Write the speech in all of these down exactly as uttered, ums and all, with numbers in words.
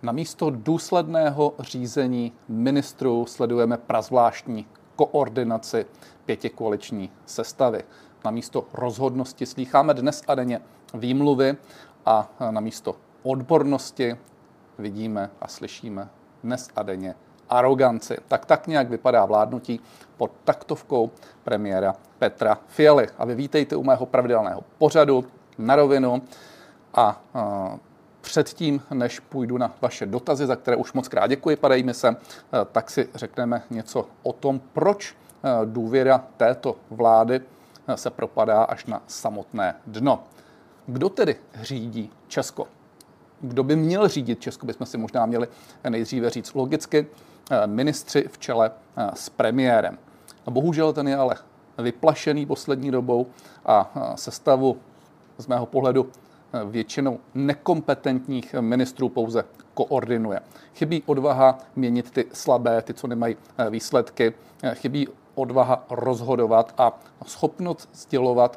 Namísto důsledného řízení ministrů sledujeme prazvláštní koordinaci pětikoaliční sestavy. Namísto rozhodnosti slýcháme dnes a denně výmluvy a namísto odbornosti vidíme a slyšíme dnes a denně aroganci. Tak tak nějak vypadá vládnutí pod taktovkou premiéra Petra Fialy. A vy vítejte u mého pravidelného pořadu Na rovinu a uh, předtím, než půjdu na vaše dotazy, za které už moc krát děkuji, padají mi se, tak si řekneme něco o tom, proč důvěra této vlády se propadá až na samotné dno. Kdo tedy řídí Česko? Kdo by měl řídit Česko, bychom si možná měli nejdříve říct logicky. Ministři v čele s premiérem. Bohužel ten je ale vyplašený poslední dobou a sestavu z mého pohledu většinou nekompetentních ministrů pouze koordinuje. Chybí odvaha měnit ty slabé, ty, co nemají výsledky. Chybí odvaha rozhodovat a schopnost sdělovat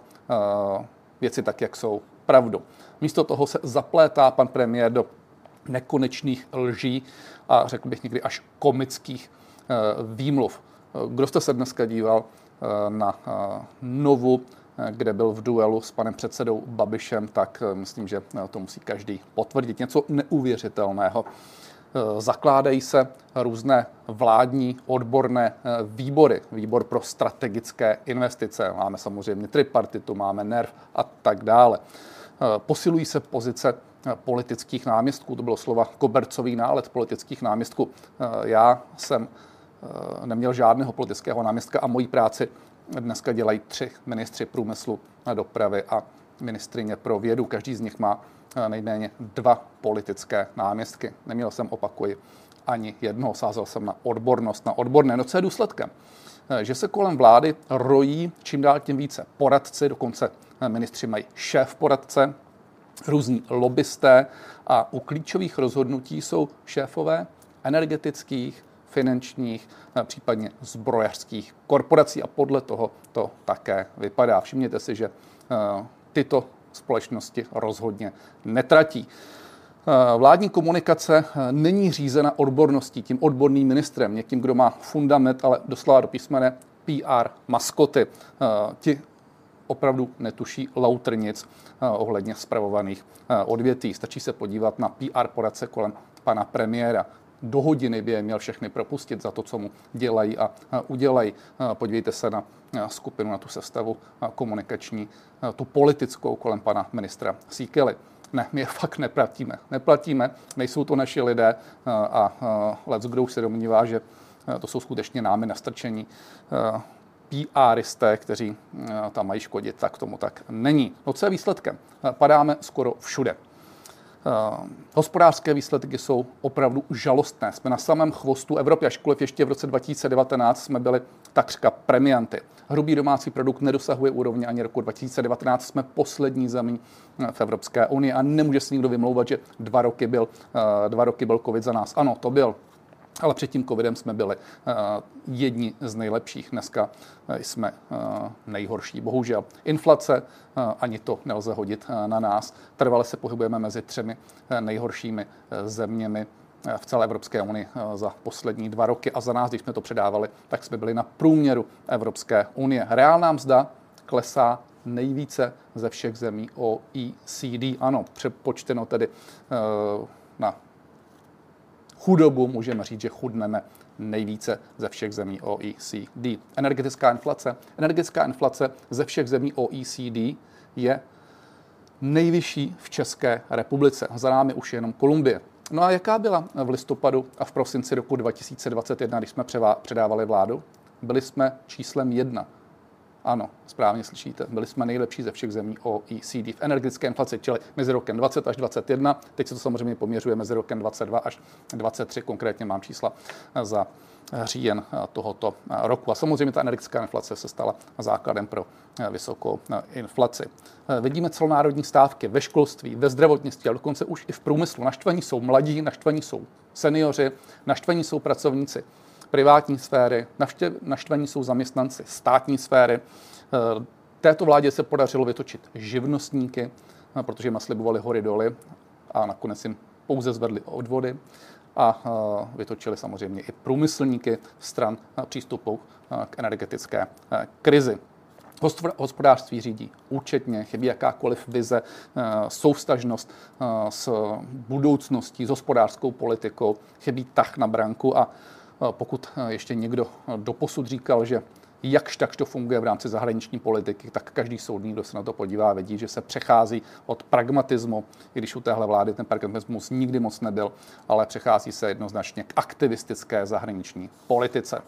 věci tak, jak jsou pravdu. Místo toho se zaplétá pan premiér do nekonečných lží a řekl bych někdy až komických výmluv. Kdo jste se dneska díval na Novu, kde byl v duelu s panem předsedou Babišem, tak myslím, že to musí každý potvrdit. Něco neuvěřitelného. Zakládají se různé vládní odborné výbory. Výbor pro strategické investice. Máme samozřejmě tripartitu, máme NERV a tak dále. Posilují se pozice politických náměstků. To bylo slova kobercový nálet politických náměstků. Já jsem neměl žádného politického náměstka a moji práci dneska dělají tři ministři průmyslu a dopravy a ministryně pro vědu. Každý z nich má nejméně dva politické náměstky. Neměl jsem, opakuji, ani jednoho. Sázel jsem na odbornost, na odborné. No co je důsledkem? Že se kolem vlády rojí čím dál tím více poradci, dokonce ministři mají šéf poradce, různí lobbysté a u klíčových rozhodnutí jsou šéfové energetických, finančních, případně zbrojařských korporací a podle toho to také vypadá. Všimněte si, že tyto společnosti rozhodně netratí. Vládní komunikace není řízena odborností, tím odborným ministrem, někým, kdo má fundament, ale doslova do písmene P R maskoty. Ti opravdu netuší lautr nic ohledně spravovaných odvětví. Stačí se podívat na P R poradce kolem pana premiéra. Do hodiny by je měl všechny propustit za to, co mu dělají a udělají. Podívejte se na skupinu, na tu sestavu komunikační, tu politickou kolem pana ministra Síkely. Ne, my je fakt neplatíme. Neplatíme, nejsou to naši lidé a leckdo už se domnívá, že to jsou skutečně námi nastrčení PRisté, kteří tam mají škodit, tak tomu tak není. No co je výsledkem? Padáme skoro všude. Uh, hospodářské výsledky jsou opravdu žalostné. Jsme na samém chvostu Evropy, ačkoliv ještě v roce dva tisíce devatenáct jsme byli takřka premianty. Hrubý domácí produkt nedosahuje úrovně ani roku dva tisíce devatenáct. Jsme poslední zemí v Evropské unii a nemůže se nikdo vymlouvat, že dva roky byl, uh, dva roky byl covid za nás. Ano, to byl. Ale před tím covidem jsme byli uh, jedni z nejlepších. Dneska uh, jsme uh, nejhorší. Bohužel inflace, uh, ani to nelze hodit uh, na nás. Trvale se pohybujeme mezi třemi uh, nejhoršími uh, zeměmi uh, v celé Evropské unii uh, za poslední dva roky. A za nás, když jsme to předávali, tak jsme byli na průměru Evropské unie. Reálná mzda klesá nejvíce ze všech zemí O E C D. Ano, přepočteno tedy uh, na chudobu, můžeme říct, že chudneme nejvíce ze všech zemí O E C D. Energetická inflace. Energetická inflace ze všech zemí O E C D je nejvyšší v České republice. Za námi už jenom Kolumbie. No a jaká byla v listopadu a v prosinci roku dva tisíce dvacet jedna, když jsme předávali vládu? Byli jsme číslem jedna. Ano, správně slyšíte. Byli jsme nejlepší ze všech zemí O E C D v energetické inflaci, čili mezi rokem dvacet až dvacet jedna. Teď se to samozřejmě poměřuje mezi rokem dvacet dva až dvacet tři. Konkrétně mám čísla za říjen tohoto roku. A samozřejmě ta energetická inflace se stala základem pro vysokou inflaci. Vidíme celonárodní stávky ve školství, ve zdravotnictví, ale dokonce už i v průmyslu. Naštvaní jsou mladí, naštvaní jsou seniori, naštvaní jsou pracovníci privátní sféry, naštvaní jsou zaměstnanci státní sféry. Této vládě se podařilo vytočit živnostníky, protože jim naslibovali hory doly a nakonec jim pouze zvedli odvody a vytočili samozřejmě i průmyslníky stran přístupu k energetické krizi. Hospodářství řídí účetně, chybí jakákoliv vize, souvztažnost s budoucností, s hospodářskou politikou, chybí tah na branku a pokud ještě někdo doposud říkal, že jakž takž to funguje v rámci zahraniční politiky, tak každý soudný, kdo se na to podívá, vidí, že se přechází od pragmatismu, i když u téhle vlády ten pragmatismus nikdy moc nebyl, ale přechází se jednoznačně k aktivistické zahraniční politice.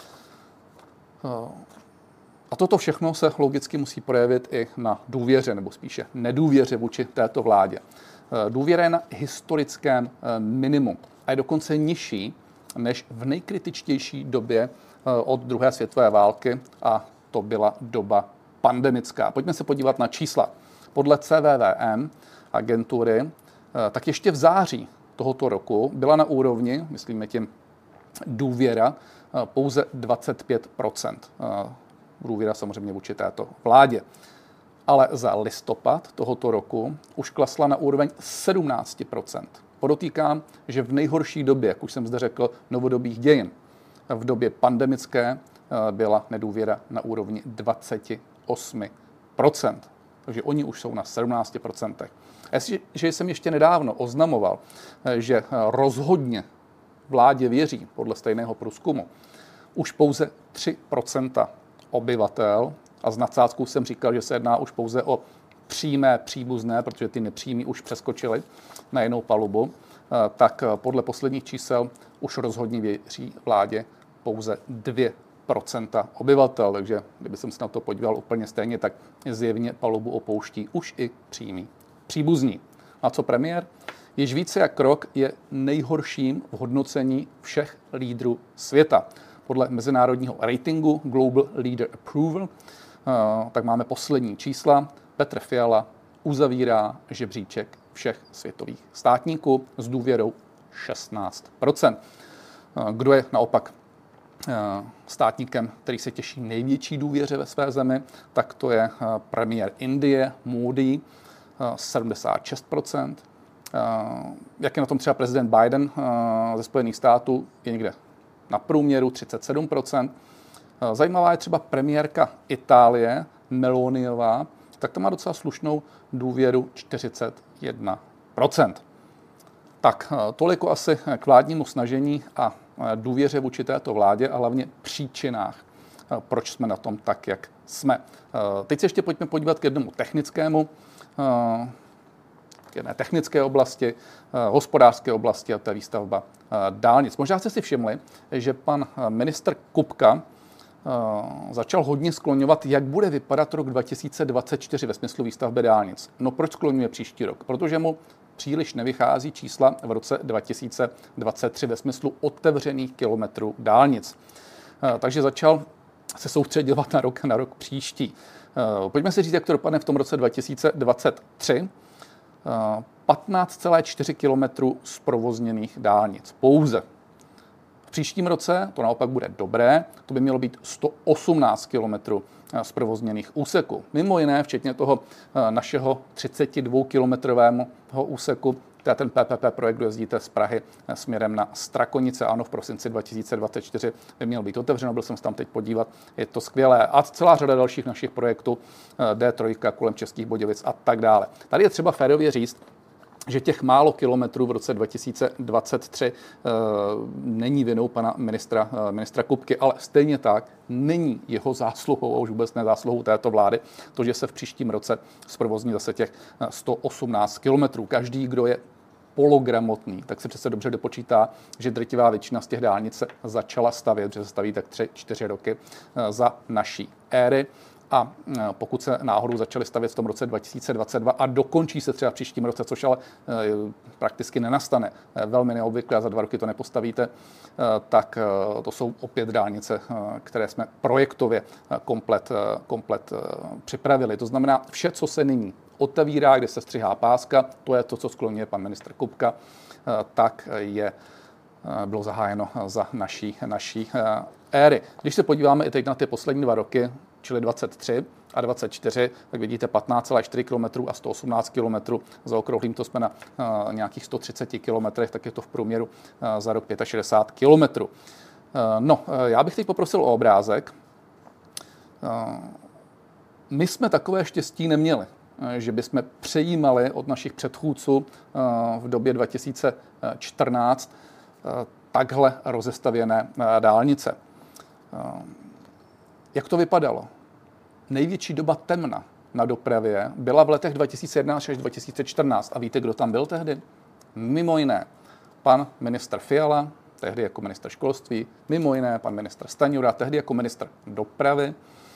A toto všechno se logicky musí projevit i na důvěře, nebo spíše nedůvěře vůči této vládě. Důvěra je na historickém minimu a je dokonce nižší než v nejkritičtější době od druhé světové války a to byla doba pandemická. Pojďme se podívat na čísla. Podle C V V M agentury, tak ještě v září tohoto roku byla na úrovni, myslíme tím důvěra, pouze dvacet pět procent. Důvěra samozřejmě vůči této vládě. Ale za listopad tohoto roku už klesla na úroveň sedmnáct procent. Podotýkám, že v nejhorší době, jak už jsem zde řekl, novodobých dějin, v době pandemické byla nedůvěra na úrovni dvacet osm procent. Takže oni už jsou na sedmnáct procent. Jestliže jsem ještě nedávno oznamoval, že rozhodně vládě věří, podle stejného průzkumu, už pouze tři procenta obyvatel, a s nadsázkou jsem říkal, že se jedná už pouze o přímé příbuzné, protože ty nepřímí už přeskočili na jinou palubu, tak podle posledních čísel už rozhodně věří vládě pouze dvě procenta obyvatel. Takže kdyby jsem se na to podíval úplně stejně, tak zjevně palubu opouští už i přímí příbuzní. A co premiér? Již více jak rok je nejhorším v hodnocení všech lídrů světa. Podle mezinárodního ratingu Global Leader Approval, tak máme poslední čísla. Petr Fiala uzavírá žebříček všech světových státníků s důvěrou šestnáct procent. Kdo je naopak státníkem, který se těší největší důvěře ve své zemi, tak to je premiér Indie Modi, sedmdesát šest procent. Jak je na tom třeba prezident Biden ze Spojených států, je někde na průměru třicet sedm procent. Zajímavá je třeba premiérka Itálie, Meloniová, tak to má docela slušnou důvěru čtyřicet jedna procent. Tak toliko asi k vládnímu snažení a důvěře vůči této vládě a hlavně příčinách, proč jsme na tom tak, jak jsme. Teď se ještě pojďme podívat k jednomu technickému, k jedné technické oblasti, hospodářské oblasti, a to je výstavba dálnic. Možná jste si všimli, že pan ministr Kupka začal hodně skloňovat, jak bude vypadat rok dva tisíce dvacet čtyři ve smyslu výstavby dálnic. No proč skloňuje příští rok? Protože mu příliš nevychází čísla v roce dva tisíce dvacet tři ve smyslu otevřených kilometrů dálnic. Takže začal se soustředovat na rok, na rok příští. Pojďme si říct, jak to dopadne v tom roce dva tisíce dvacet tři. patnáct celá čtyři kilometrů zprovozněných dálnic pouze. V příštím roce to naopak bude dobré, to by mělo být sto osmnáct kilometrů zprovozněných úseků. Mimo jiné, včetně toho našeho třicetidvoukilometrového úseku, to je ten P P P projekt, kdo jezdíte z Prahy směrem na Strakonice. Ano, v prosinci dva tisíce dvacet čtyři by měl být otevřeno, byl jsem se tam teď podívat, je to skvělé. A celá řada dalších našich projektů, D tři kolem Českých Budějovic a tak dále. Tady je třeba férově říct, že těch málo kilometrů v roce dva tisíce dvacet tři e, není vinou pana ministra, e, ministra Kupky, ale stejně tak není jeho zásluhou, a už vůbec ne zásluhou této vlády, to, že se v příštím roce zprovozní zase těch sto osmnáct kilometrů. Každý, kdo je pologramotný, tak se přece dobře dopočítá, že drtivá většina z těch dálnic se začala stavět, že se staví tak tři, čtyři roky za naší éry. A pokud se náhodou začaly stavět v tom roce dva tisíce dvacet dva a dokončí se třeba v příštím roce, což ale prakticky nenastane, velmi neobvyklé, za dva roky to nepostavíte, tak to jsou opět dálnice, které jsme projektově komplet, komplet připravili. To znamená, vše, co se nyní otevírá, kde se střihá páska, to je to, co skloňuje pan ministr Kupka, tak je, bylo zahájeno za naší, naší éry. Když se podíváme i teď na ty poslední dva roky, čili dvacet tři a dvacet čtyři, tak vidíte patnáct celá čtyři kilometrů a sto osmnáct kilometrů. Za okrouhlým to jsme na uh, nějakých sto třicet kilometrech, tak je to v průměru uh, za rok šedesát pět kilometrů. Uh, no, uh, já bych teď poprosil o obrázek. Uh, my jsme takové štěstí neměli, že bychom přejímali od našich předchůdců v době dva tisíce čtrnáct takhle rozestavěné dálnice. Jak to vypadalo? Největší doba temna na dopravě byla v letech dva tisíce jedenáct až dva tisíce čtrnáct. A víte, kdo tam byl tehdy? Mimo jiné pan ministr Fiala, tehdy jako ministr školství, mimo jiné pan ministr Stanjura, tehdy jako ministr dopravy,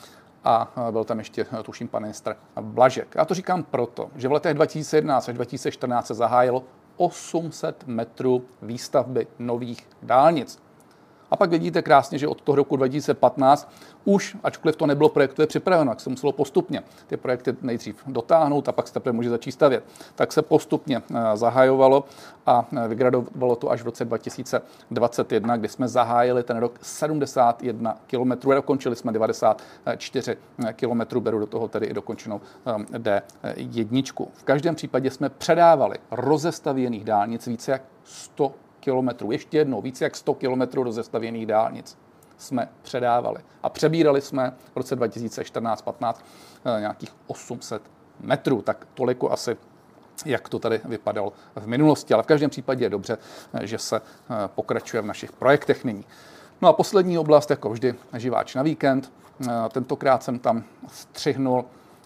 a byl tam ještě, tuším, pan ministr Blažek. Já to říkám proto, že v letech dva tisíce jedenáct až dva tisíce čtrnáct se zahájilo osm set metrů výstavby nových dálnic. A pak vidíte krásně, že od toho roku dva tisíce patnáct už, ačkoliv to nebylo projektově připraveno, tak se muselo postupně ty projekty nejdřív dotáhnout a pak se teprve může začít stavět. Tak se postupně zahajovalo a vygradovalo to až v roce dva tisíce dvacet jedna, kdy jsme zahájili ten rok sedmdesát jedna kilometrů a dokončili jsme devadesát čtyři kilometrů, beru do toho tedy i dokončenou D jedna. V každém případě jsme předávali rozestavěných dálnic více jak sto kilometrů. Ještě jednou, více jak sto kilometrů rozestavěných dálnic jsme předávali. A přebírali jsme v roce dva tisíce čtrnáct patnáct nějakých osm set metrů. Tak toliko asi, jak to tady vypadalo v minulosti. Ale v každém případě je dobře, že se pokračuje v našich projektech nyní. No a poslední oblast, jako vždy, živáč na víkend. Tentokrát jsem tam střihnul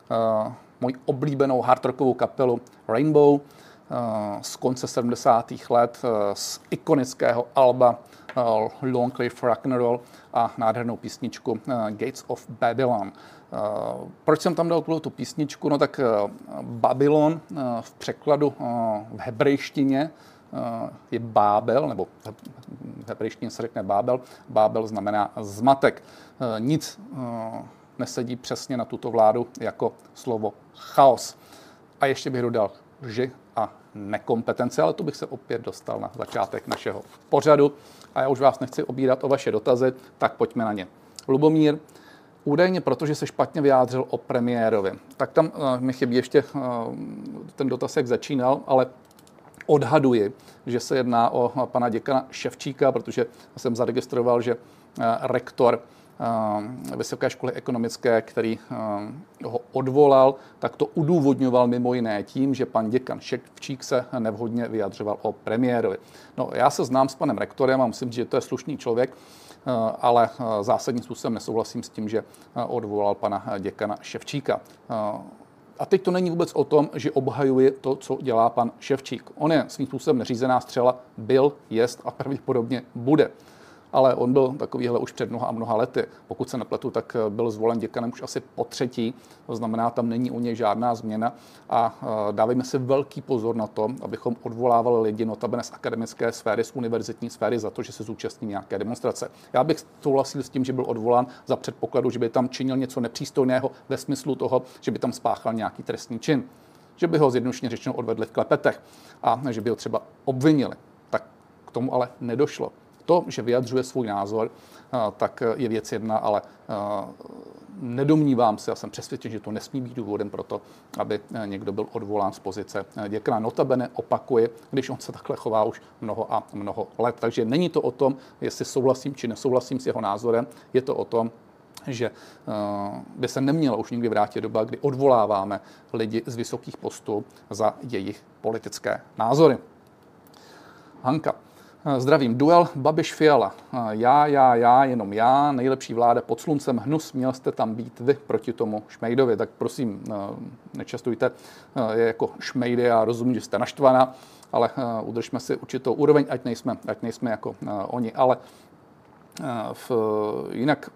moji oblíbenou hardrockovou kapelu Rainbow z konce sedmdesátých let, z ikonického alba Long Live Rock and Roll a nádhernou písničku Gates of Babylon. Proč jsem tam dal tu písničku? No tak Babylon v překladu v hebrejštině je Bábel, nebo v hebrejštině se řekne Bábel. Bábel znamená zmatek. Nic nesedí přesně na tuto vládu jako slovo chaos. A ještě bych dodal lži a nekompetence, ale to bych se opět dostal na začátek našeho pořadu. A já už vás nechci obírat o vaše dotazy, tak pojďme na ně. Lubomír, údajně protože se špatně vyjádřil o premiérovi. Tak tam uh, mi chybí ještě uh, ten dotaz, jak začínal, ale odhaduji, že se jedná o uh, pana děkana Ševčíka, protože jsem zaregistroval, že uh, rektor Vysoké školy ekonomické, který ho odvolal, tak to udůvodňoval mimo jiné tím, že pan děkan Ševčík se nevhodně vyjadřoval o premiérovi. No, já se znám s panem rektorem a musím říct, že to je slušný člověk, ale zásadním způsobem nesouhlasím s tím, že odvolal pana děkana Ševčíka. A teď to není vůbec o tom, že obhajuje to, co dělá pan Ševčík. On je svým způsobem neřízená střela, byl, jest a pravděpodobně bude. Ale on byl takovýhle už před mnoha a mnoha lety. Pokud se nepletu, tak byl zvolen děkanem už asi po třetí, to znamená, tam není u něj žádná změna a dávejme si velký pozor na to, abychom odvolávali lidi notabene z akademické sféry, z univerzitní sféry za to, že se zúčastní nějaké demonstrace. Já bych souhlasil s tím, že byl odvolán za předpokladu, že by tam činil něco nepřístojného ve smyslu toho, že by tam spáchal nějaký trestný čin, že by ho zjednodušeně řečeno odvedli v klepetech a že by ho třeba obvinili. Tak k tomu ale nedošlo. To, že vyjadřuje svůj názor, tak je věc jedna, ale nedomnívám se, já jsem přesvědčen, že to nesmí být důvodem pro to, aby někdo byl odvolán z pozice děkana. Notabene opakuje, když on se takhle chová už mnoho a mnoho let. Takže není to o tom, jestli souhlasím či nesouhlasím s jeho názorem, je to o tom, že by se neměla už nikdy vrátit doba, kdy odvoláváme lidi z vysokých postů za jejich politické názory. Hanka. Zdravím. Duel Babiš-Fiala. Já, já, já, jenom já, nejlepší vláda pod sluncem, hnus, měl jste tam být vy proti tomu Šmejdovi. Tak prosím, nečastujte je jako Šmejdy, já rozumím, že jste naštvaná, ale udržme si určitou úroveň, ať nejsme, ať nejsme jako oni. Ale v, jinak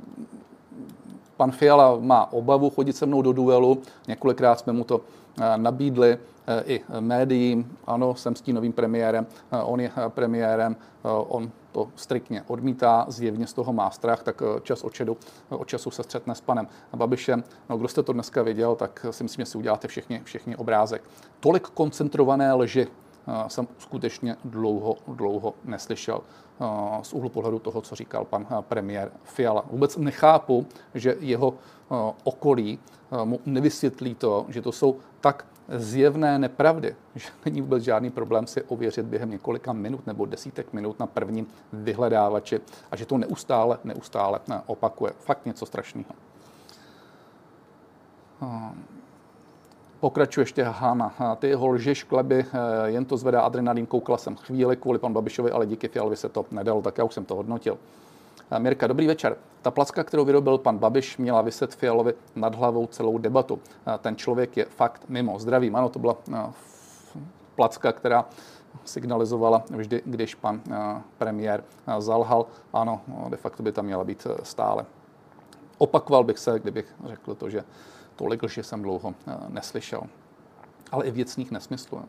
pan Fiala má obavu chodit se mnou do duelu, několikrát jsme mu to nabídli i médiím, ano, jsem stínovým premiérem, on je premiérem, on to striktně odmítá, zjevně z toho má strach, tak čas od, čedu, od času se střetne s panem Babišem. No, kdo jste to dneska viděl, tak si myslím, že si uděláte všichni, všichni obrázek. Tolik koncentrované lži jsem skutečně dlouho, dlouho neslyšel z úhlu pohledu toho, co říkal pan premiér Fiala. Vůbec nechápu, že jeho okolí mu nevysvětlí to, že to jsou tak zjevné nepravdy, že není vůbec žádný problém si ověřit během několika minut nebo desítek minut na prvním vyhledávači a že to neustále, neustále opakuje. Fakt něco strašného. Pokračuje ještě Hana. Ty ho lžeš, Kleby, jen to zvedá adrenalin, koukala jsem chvíli kvůli panu Babišovi, ale díky Fialovi se to nedalo, tak já už jsem to hodnotil. Mirka, dobrý večer. Ta placka, kterou vyrobil pan Babiš, měla vyset Fialovi nad hlavou celou debatu. Ten člověk je fakt mimo. Zdravím. Ano, to byla placka, která signalizovala vždy, když pan premiér zalhal. Ano, de facto by tam měla být stále. Opakoval bych se, kdybych řekl to, že tolik lži jsem dlouho neslyšel. Ale i věcných nesmyslů.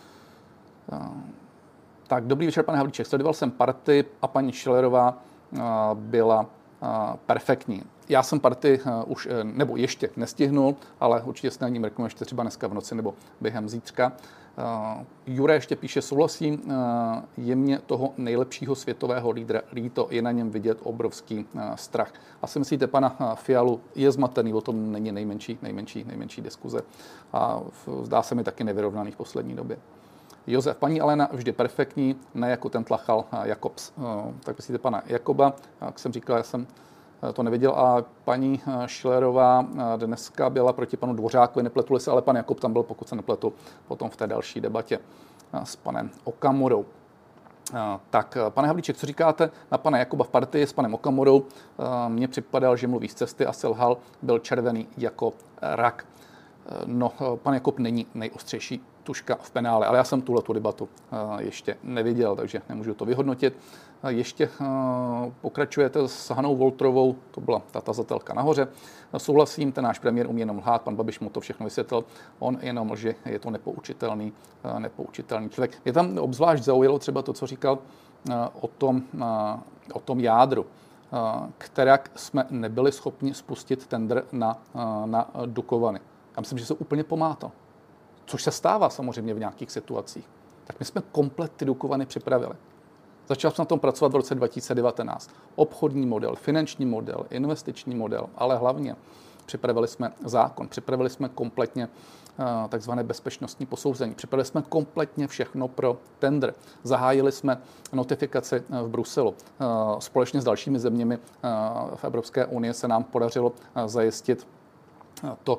Tak, dobrý večer, pane Havlíček. Sledoval jsem Party a paní Schillerová byla perfektní. Já jsem Party už, nebo ještě nestihnul, ale určitě se na ní mrknu ještě třeba dneska v noci nebo během zítřka. Jure ještě píše, souhlasím, je mě toho nejlepšího světového lídra líto, je na něm vidět obrovský strach. Asi myslíte, pana Fialu je zmatený, o tom není nejmenší, nejmenší, nejmenší diskuze a zdá se mi taky nevyrovnaný v poslední době. Josef, paní Alena vždy perfektní, ne jako ten tlachal Jakobs. Tak myslíte pana Jakoba, jak jsem říkal, já jsem to neviděl. A paní Schillerová dneska byla proti panu Dvořákovi, nepletuli se, ale pan Jakob tam byl, pokud se nepletu, potom v té další debatě s panem Okamurou. Tak, pane Havlíček, co říkáte na pana Jakoba v Partii s panem Okamurou? Mně připadal, že mluví z cesty a selhal, byl červený jako rak. No, pan Jakob není nejostřejší tuška v penále, ale já jsem tuhletu debatu ještě neviděl, takže nemůžu to vyhodnotit. Ještě pokračujete s Hanou Woltrovou, to byla ta tazatelka nahoře. Souhlasím, ten náš premiér umí jenom lhát, pan Babiš mu to všechno vysvětlil, on jenom lže, je to nepoučitelný, nepoučitelný člověk. Je tam obzvlášť zaujalo třeba to, co říkal o tom, o tom jádru, kterak jsme nebyli schopni spustit tendr na, na Dukovany. Já myslím, že se úplně pomátal. Což se stává samozřejmě v nějakých situacích. Tak my jsme komplet ty Dukovany připravili. Začal jsem na tom pracovat v roce dva tisíce devatenáct. Obchodní model, finanční model, investiční model, ale hlavně připravili jsme zákon, připravili jsme kompletně uh, takzvané bezpečnostní posouzení, připravili jsme kompletně všechno pro tender, zahájili jsme notifikaci v Bruselu. Uh, společně s dalšími zeměmi uh, v Evropské unii se nám podařilo uh, zajistit to,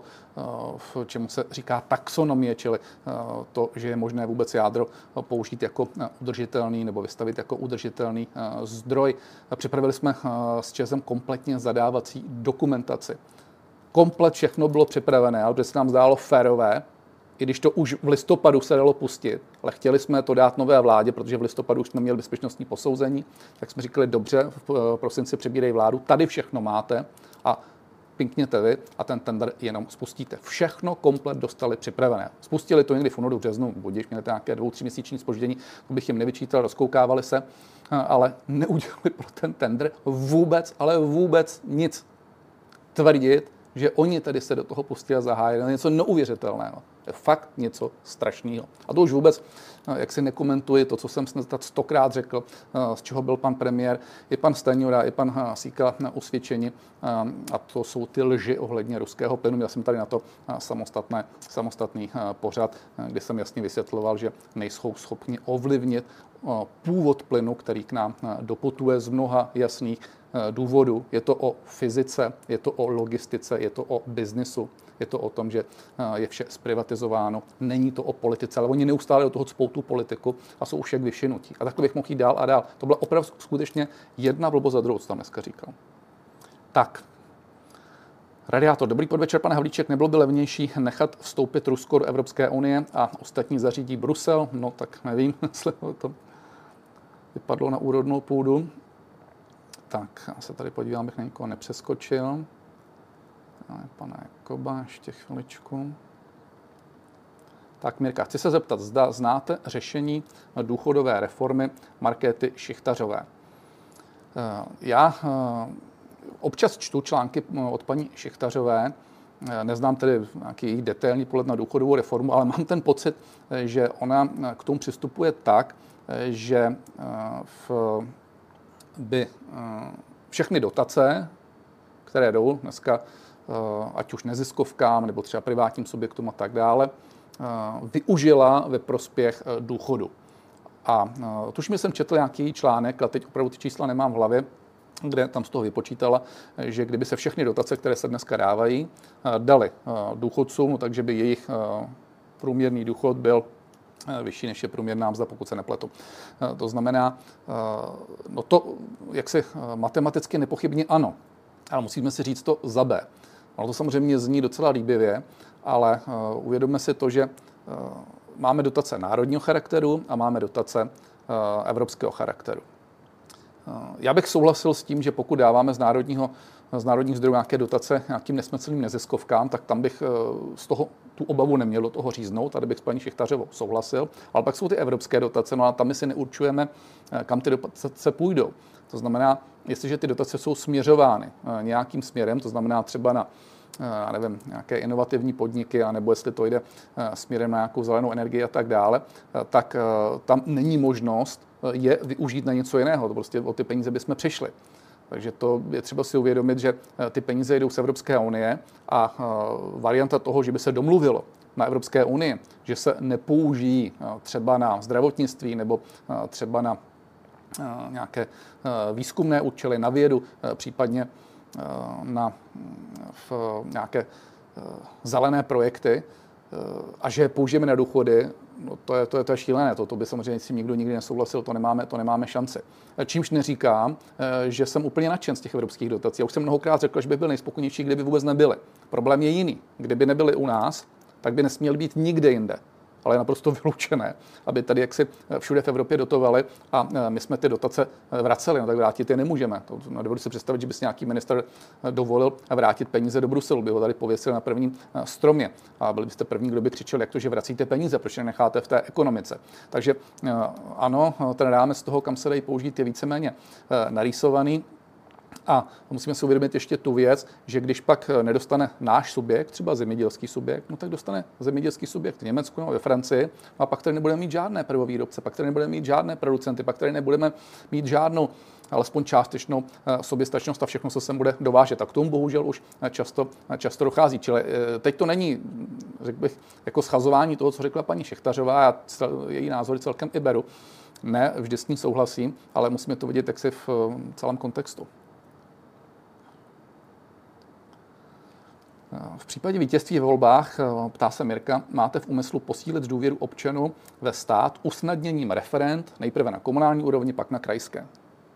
v čemu se říká taxonomie, čili to, že je možné vůbec jádro použít jako udržitelný nebo vystavit jako udržitelný zdroj. Připravili jsme s ČEZem kompletně zadávací dokumentaci. Komplet všechno bylo připravené, ale to se nám zdálo férové, i když to už v listopadu se dalo pustit, ale chtěli jsme to dát nové vládě, protože v listopadu už jsme měli bezpečnostní posouzení, tak jsme říkali, dobře, v prosinci přebírej vládu, tady všechno máte a pinkněte vy a ten tender jenom spustíte. Všechno komplet dostali připravené. Spustili to někdy v únoru, březnu, budíš, měli nějaké dvou, tři měsíční zpoždění, to bych jim nevyčítal, rozkoukávali se, ale neudělali pro ten tender vůbec, ale vůbec nic. Tvrdit, že oni tedy se do toho pustili a zahájili něco neuvěřitelného. To je fakt něco strašného. A to už vůbec, jak si nekomentuji to, co jsem snad stokrát řekl, z čeho byl pan premiér, i pan Stanjura, i pan Síkela usvědčeni. A to jsou ty lži ohledně ruského plynu. Já jsem tady na to samostatné, samostatný pořad, kdy jsem jasně vysvětloval, že nejsou schopni ovlivnit původ plynu, který k nám doputuje z mnoha jasných důvodů. Je to o fyzice, je to o logistice, je to o biznisu, je to o tom, že je vše zprivatizováno. Není to o politice, ale oni neustále do toho cpou tu politiku a jsou však vyšinutí. A takhle bych mohl jít dál a dál. To byla opravdu skutečně jedna blbost za druhou, co tam dneska říkal. Tak. Radiátor. Dobrý podvečer, pane Havlíček. Nebylo by levnější nechat vstoupit Rusko do Evropské unie a ostatní zařídí Brusel? No tak nevím, jestli to vypadlo na úrodnou půdu. Tak, já se tady podívám, abych na někoho nepřeskočil. Pana Jakoba, ještě chviličku. Tak, Mirka, chci se zeptat, zda znáte řešení důchodové reformy Markéty Šichtařové. Já občas čtu články od paní Šichtařové, neznám tedy nějaký detailní pohled na důchodovou reformu, ale mám ten pocit, že ona k tomu přistupuje tak, že v, by všechny dotace, které jdou dneska, ať už neziskovkám nebo třeba privátním subjektům a tak dále, využila ve prospěch důchodu. A tuším, jsem četl nějaký článek, a teď opravdu ty čísla nemám v hlavě, kde tam z toho vypočítala, že kdyby se všechny dotace, které se dneska dávají, dali důchodcům, no, takže by jejich průměrný důchod byl vyšší než je průměrná mzda, pokud se nepletu. To znamená, no to, jak si matematicky nepochybně ano, ale musíme si říct to za B. Ono to samozřejmě zní docela líbivě, ale uvědomme si to, že máme dotace národního charakteru a máme dotace evropského charakteru. Já bych souhlasil s tím, že pokud dáváme z, národního, z národních zdrojů nějaké dotace nějakým nesmyslným neziskovkám, tak tam bych z toho tu obavu neměl do toho říznout, tady bych s paní Šichtařovou souhlasil, ale pak jsou ty evropské dotace, no a tam my si neurčujeme, kam ty dotace půjdou. To znamená, jestliže ty dotace jsou směřovány nějakým směrem, to znamená třeba na já nevím, nějaké inovativní podniky, anebo jestli to jde směrem na nějakou zelenou energii a tak dále, tak tam není možnost je využít na něco jiného. To prostě o ty peníze bychom přišli. Takže to je třeba si uvědomit, že ty peníze jdou z Evropské unie a varianta toho, že by se domluvilo na Evropské unii, že se nepoužijí třeba na zdravotnictví nebo třeba na nějaké výzkumné účely, na vědu, případně na v nějaké zelené projekty a že je použijeme na důchody, no to, je, to, je, to je šílené, to, to by samozřejmě s tím nikdo nikdy nesouhlasil, to nemáme, to nemáme šanci. Čímž neříkám, že jsem úplně nadšen z těch evropských dotací. Já už jsem mnohokrát řekl, že bych byl nejspokojenější, kdyby vůbec nebyly. Problém je jiný. Kdyby nebyly u nás, tak by nesměly být nikde jinde. Ale je naprosto vyloučené, aby tady jaksi všude v Evropě dotovali a my jsme ty dotace vraceli, no tak vrátit je nemůžeme. To nedovedu si představit, že by si nějaký minister dovolil vrátit peníze do Bruselu, by ho tady pověsil na prvním stromě a byli byste první, kdo by křičel, jak to, že vracíte peníze, proč je necháte v té ekonomice. Takže ano, ten rámec toho, kam se dají použít, je víceméně narýsovaný. A musíme si uvědomit ještě tu věc, že když pak nedostane náš subjekt, třeba zemědělský subjekt, no tak dostane zemědělský subjekt v Německu nebo ve Francii, a pak tady nebudeme mít žádné prvovýrobce, pak tady nebudeme mít žádné producenty, pak tady nebudeme mít žádnou alespoň částečnou soběstačnost a všechno se sem bude dovážet. A k tomu bohužel už často, často dochází. Čili teď to není, řekl bych, jako schazování toho, co řekla paní Šichtařová, já její názory celkem i beru. Ne, vždy s ní souhlasím, ale musíme to vidět jaksi v celém kontextu. V případě vítězství ve volbách, ptá se Mirka, máte v úmyslu posílit důvěru občanů ve stát usnadněním referend, nejprve na komunální úrovni, pak na krajské?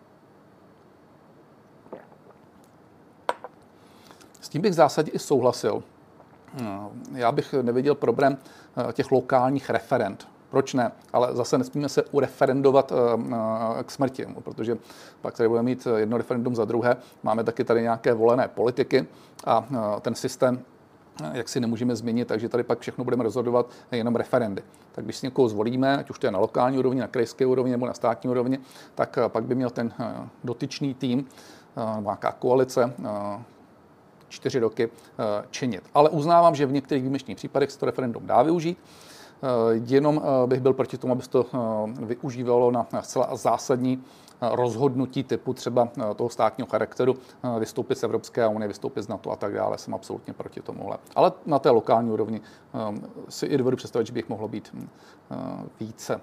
S tím bych v zásadě i souhlasil. Já bych neviděl problém těch lokálních referend. Proč ne? Ale zase nesmíme se ureferendovat k smrti, protože pak tady budeme mít jedno referendum za druhé. Máme taky tady nějaké volené politiky a ten systém, jak si nemůžeme změnit, takže tady pak všechno budeme rozhodovat jenom referendy. Tak když si někoho zvolíme, ať už to je na lokální úrovni, na krajské úrovni nebo na státní úrovni, tak pak by měl ten dotyčný tým, nějaká koalice, čtyři roky činit. Ale uznávám, že v některých výjimečných případech se to referendum dá využít. Jenom bych byl proti tomu, aby se to využívalo na zcela zásadní rozhodnutí typu třeba toho státního charakteru, vystoupit z Evropské unie, vystoupit z NATO a tak dále. Jsem absolutně proti tomuhle. Ale na té lokální úrovni si i dovedu představit, že by jich mohlo být více.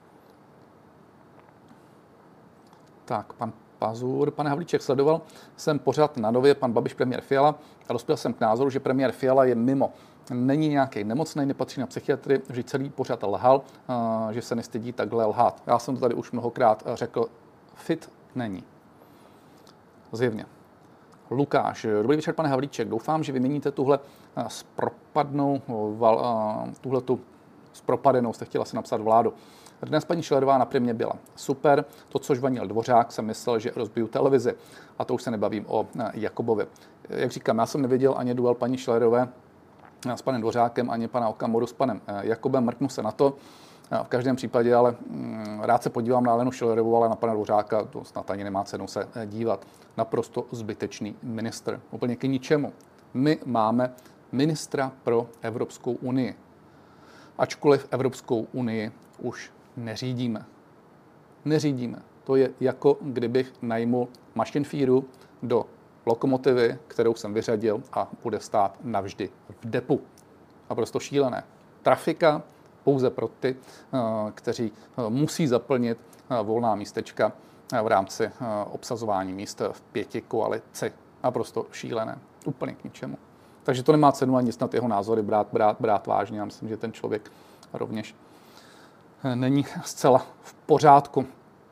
Tak, pan Pazur, pane Havlíček, sledoval jsem pořád na Nově pan Babiš, premiér Fiala a dospěl jsem k názoru, že premiér Fiala je mimo. Není nějaký nemocný, nepatří na psychiatry, že celý pořád lhal, že se nestydí takhle lhát. Já jsem to tady už mnohokrát řekl, fit není. Zjevně. Lukáš, dobrý večer, pane Havlíček, doufám, že vyměníte tuhle zpropadnou, tuhle tu zpropadenou, jste chtěla si napsat vládu. Dnes paní Schillerová na Primě byla super, to, co žvanil Dvořák, jsem myslel, že rozbiju televizi. A to už se nebavím o Jakobovi. Jak říkám, já jsem neviděl ani duel paní Schillerové s panem Dvořákem, ani pana Okamuru s panem Jakobem, mrknu se na to. V každém případě, ale rád se podívám na Alenu Schillerovou, ale na pana Dvořáka to snad ani nemá cenu se dívat. Naprosto zbytečný ministr, úplně k ničemu. My máme ministra pro Evropskou unii. Ačkoliv Evropskou unii už neřídíme. Neřídíme. To je jako kdybych najmul mašinfíru do lokomotivy, kterou jsem vyřadil a bude stát navždy v depu. A prostě šílené. Trafika pouze pro ty, kteří musí zaplnit volná místečka v rámci obsazování míst v pěti koalici. Naprosto šílené. Úplně k ničemu. Takže to nemá cenu ani snad jeho názory brát, brát, brát vážně. Já myslím, že ten člověk rovněž není zcela v pořádku.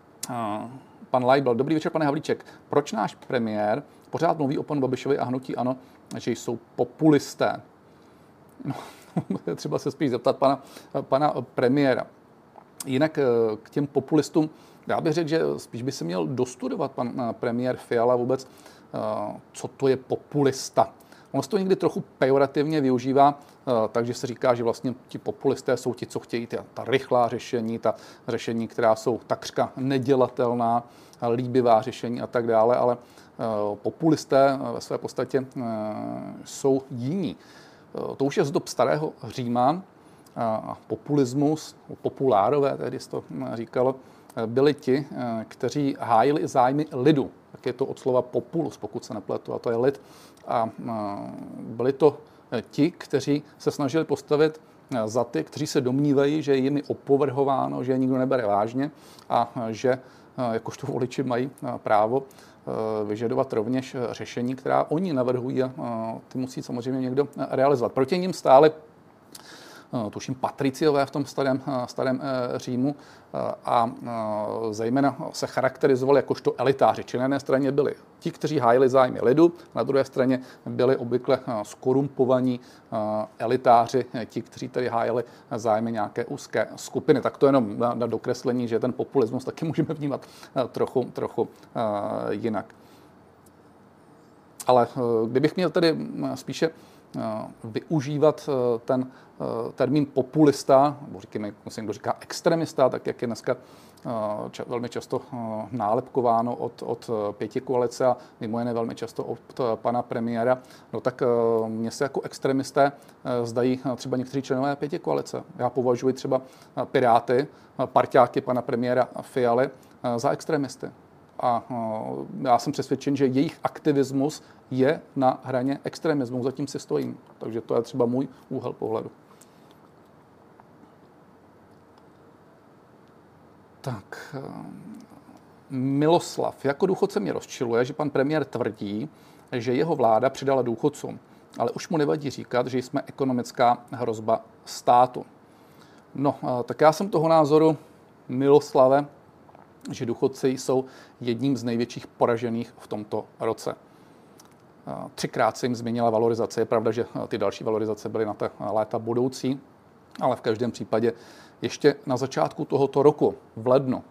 Pan Leibl, dobrý večer, pane Havlíček. Proč náš premiér pořád mluví o panu Babišovi a hnutí ANO, že jsou populisté? No, třeba se spíš zeptat pana, pana premiéra. Jinak k těm populistům, já bych řekl, že spíš by se měl dostudovat pan premiér Fiala vůbec, co to je populista. On se to někdy trochu pejorativně využívá, takže se říká, že vlastně ti populisté jsou ti, co chtějí ta, ta rychlá řešení, ta řešení, která jsou takřka nedělatelná, líbivá řešení a tak dále, ale populisté ve své podstatě jsou jiní. To už je z dob starého Říma a populismus, populárové, tehdy se to říkalo, byli ti, kteří hájili zájmy lidu. Tak je to od slova populus, pokud se nepletu, a to je lid. A byli to ti, kteří se snažili postavit za ty, kteří se domnívají, že je jimi opovrhováno, že je nikdo nebere vážně a že jakožto voliči mají právo vyžadovat rovněž řešení, která oni navrhují a ty musí samozřejmě někdo realizovat. Proti nim stále tuším patriciové v tom starém, starém Římu a zejména se charakterizovali jakožto elitáři. Či na jedné straně byli ti, kteří hájili zájmy lidu, na druhé straně byli obvykle skorumpovaní elitáři, ti, kteří tedy hájili zájmy nějaké úzké skupiny. Tak to jenom na, na dokreslení, že ten populismus taky můžeme vnímat trochu, trochu jinak. Ale kdybych měl tedy spíše využívat ten termín populista, nebo říkáme, musím kdo říká extremista, tak jak je dneska ča, velmi často nálepkováno od, od pěti koalice a mimo jiné velmi často od pana premiéra, no tak mně se jako extremisté zdají třeba někteří členové pěti koalice. Já považuji třeba Piráty, parťáky pana premiéra Fialy za extremisty. A já jsem přesvědčen, že jejich aktivismus je na hraně extremismu, zatím si stojím. Takže to je třeba můj úhel pohledu. Tak, Miloslav. Jako důchodce mě rozčiluje, že pan premiér tvrdí, že jeho vláda přidala důchodcům, ale už mu nevadí říkat, že jsme ekonomická hrozba státu. No, tak já jsem toho názoru, Miloslave, že důchodci jsou jedním z největších poražených v tomto roce. Třikrát se jim změnila valorizace. Je pravda, že ty další valorizace byly na ta léta budoucí, ale v každém případě ještě na začátku tohoto roku, v lednu,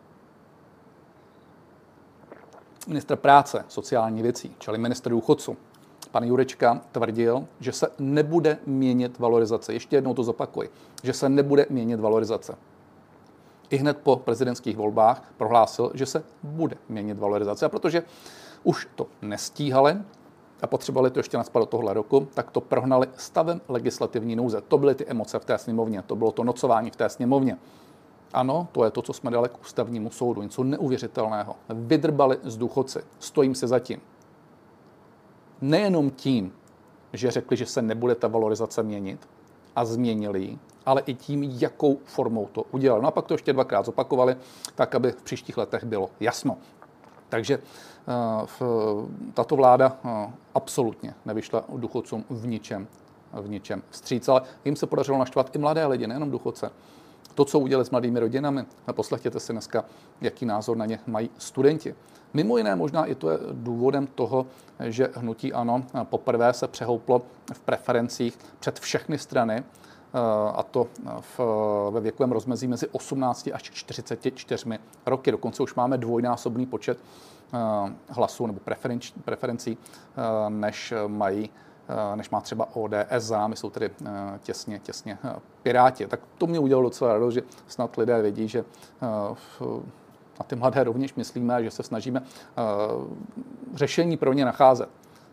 ministr práce, sociální věcí, čili ministr důchodců, pan Jurečka tvrdil, že se nebude měnit valorizace. Ještě jednou to zopakuji, že se nebude měnit valorizace. I hned po prezidentských volbách prohlásil, že se bude měnit valorizace. A protože už to nestíhali a potřebovali to ještě naspat do tohle roku, tak to prohnali stavem legislativní nouze. To byly ty emoce v té sněmovně, to bylo to nocování v té sněmovně. Ano, to je to, co jsme dali k ústavnímu soudu, něco neuvěřitelného. Vydrbali z důchodci, stojím se za tím. Nejenom tím, že řekli, že se nebude ta valorizace měnit a změnili ji, ale i tím, jakou formou to udělali. No a pak to ještě dvakrát zopakovali, tak aby v příštích letech bylo jasno. Takže tato vláda absolutně nevyšla důchodcům v ničem, v ničem vstříc, ale jim se podařilo naštvat i mladé lidi, nejenom důchodce. To, co udělali s mladými rodinami, poslechněte si dneska, jaký názor na ně mají studenti. Mimo jiné možná i to je důvodem toho, že hnutí ANO poprvé se přehouplo v preferencích před všechny strany, a to v, ve věkovém rozmezí mezi osmnácti až čtyřiceti čtyřmi roky. Dokonce už máme dvojnásobný počet hlasů nebo preferenč, preferencí, než mají než má třeba O D S, za námi jsou tedy těsně, těsně Piráti. Tak to mě udělalo docela radost, že snad lidé vědí, že na ty mladé rovněž myslíme a že se snažíme řešení pro ně nacházet.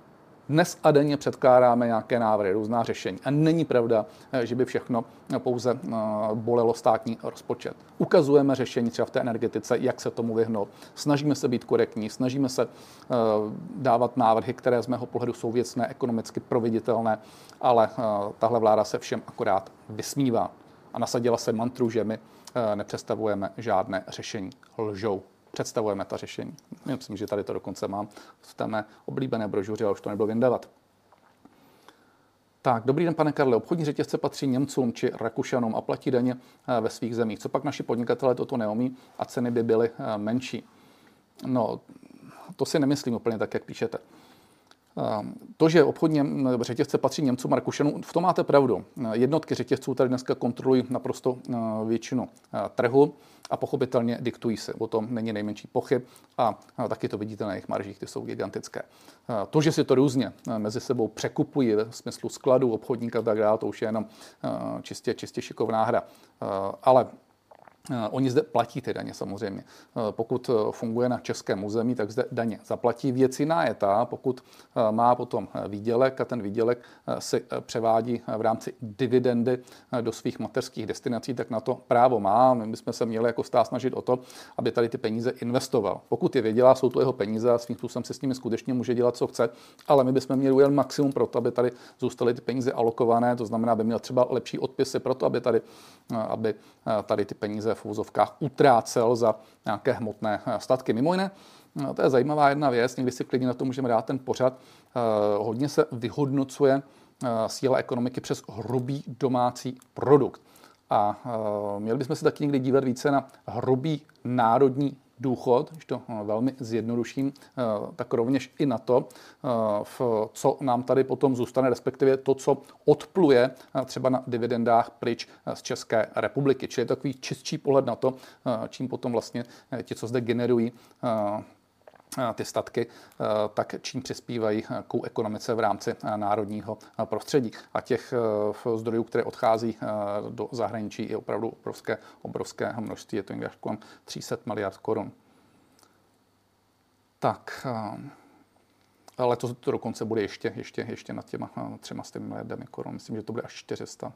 Dnes a denně předkládáme nějaké návrhy, různá řešení. A není pravda, že by všechno pouze bolelo státní rozpočet. Ukazujeme řešení třeba v té energetice, jak se tomu vyhnout. Snažíme se být korektní, snažíme se dávat návrhy, které z mého pohledu jsou věcné, ekonomicky proveditelné, ale tahle vláda se všem akorát vysmívá. A nasadila se mantru, že my nepředstavujeme žádné řešení. Lžou. Představujeme ta řešení. Myslím, že tady to dokonce mám v té mé oblíbené brožuře, ale už to nebylo vyndavat. Tak, dobrý den, pane Karle. Obchodní řetězce patří Němcům či Rakušanům a platí daně ve svých zemích. Co pak naši podnikatelé toto neumí a ceny by byly menší? No, to si nemyslím úplně tak, jak píšete. To, že obchodní řetězce patří Němcům a Rakušanům, v tom máte pravdu. Jednotky řetězců tady dneska kontrolují naprosto většinu trhu a pochopitelně diktují se. O tom není nejmenší pochyb a taky to vidíte na jejich maržích, ty jsou gigantické. To, že si to různě mezi sebou překupují ve smyslu skladů, obchodníka a tak dále, to už je jenom čistě, čistě šikovná hra. Ale oni zde platí ty daně samozřejmě. Pokud funguje na českém území, tak zde daně zaplatí. Věc jiná je ta, pokud má potom výdělek a ten výdělek si převádí v rámci dividendy do svých mateřských destinací, tak na to právo má. My bychom se měli jako stát snažit o to, aby tady ty peníze investoval. Pokud je vydělá, jsou to jeho peníze a svým způsobem se s nimi skutečně může dělat, co chce, ale my bychom měli udělat maximum pro to, aby tady zůstaly ty peníze alokované, to znamená, aby měl třeba lepší odpisy pro to, aby tady, aby tady ty peníze v uvozovkách utrácel za nějaké hmotné statky. Mimo jiné, to je zajímavá jedna věc, někdy si klidně na to můžeme dát ten pořad. Hodně se vyhodnocuje síla ekonomiky přes hrubý domácí produkt. A měli bychom se taky někdy dívat více na hrubý národní důchod, když to velmi zjednoduším, tak rovněž i na to, co nám tady potom zůstane, respektive to, co odpluje třeba na dividendách pryč z České republiky. Čili je takový čistší pohled na to, čím potom vlastně ti, co zde generují ty statky, tak čím přispívají k ekonomice v rámci národního prostředí. A těch zdrojů, které odchází do zahraničí, je opravdu obrovské, obrovské množství. Je to někde kolem tři sta miliard korun. Tak, ale to, to dokonce bude ještě, ještě, ještě nad těma třema sty miliardami korun. Myslím, že to bude až čtyři sta.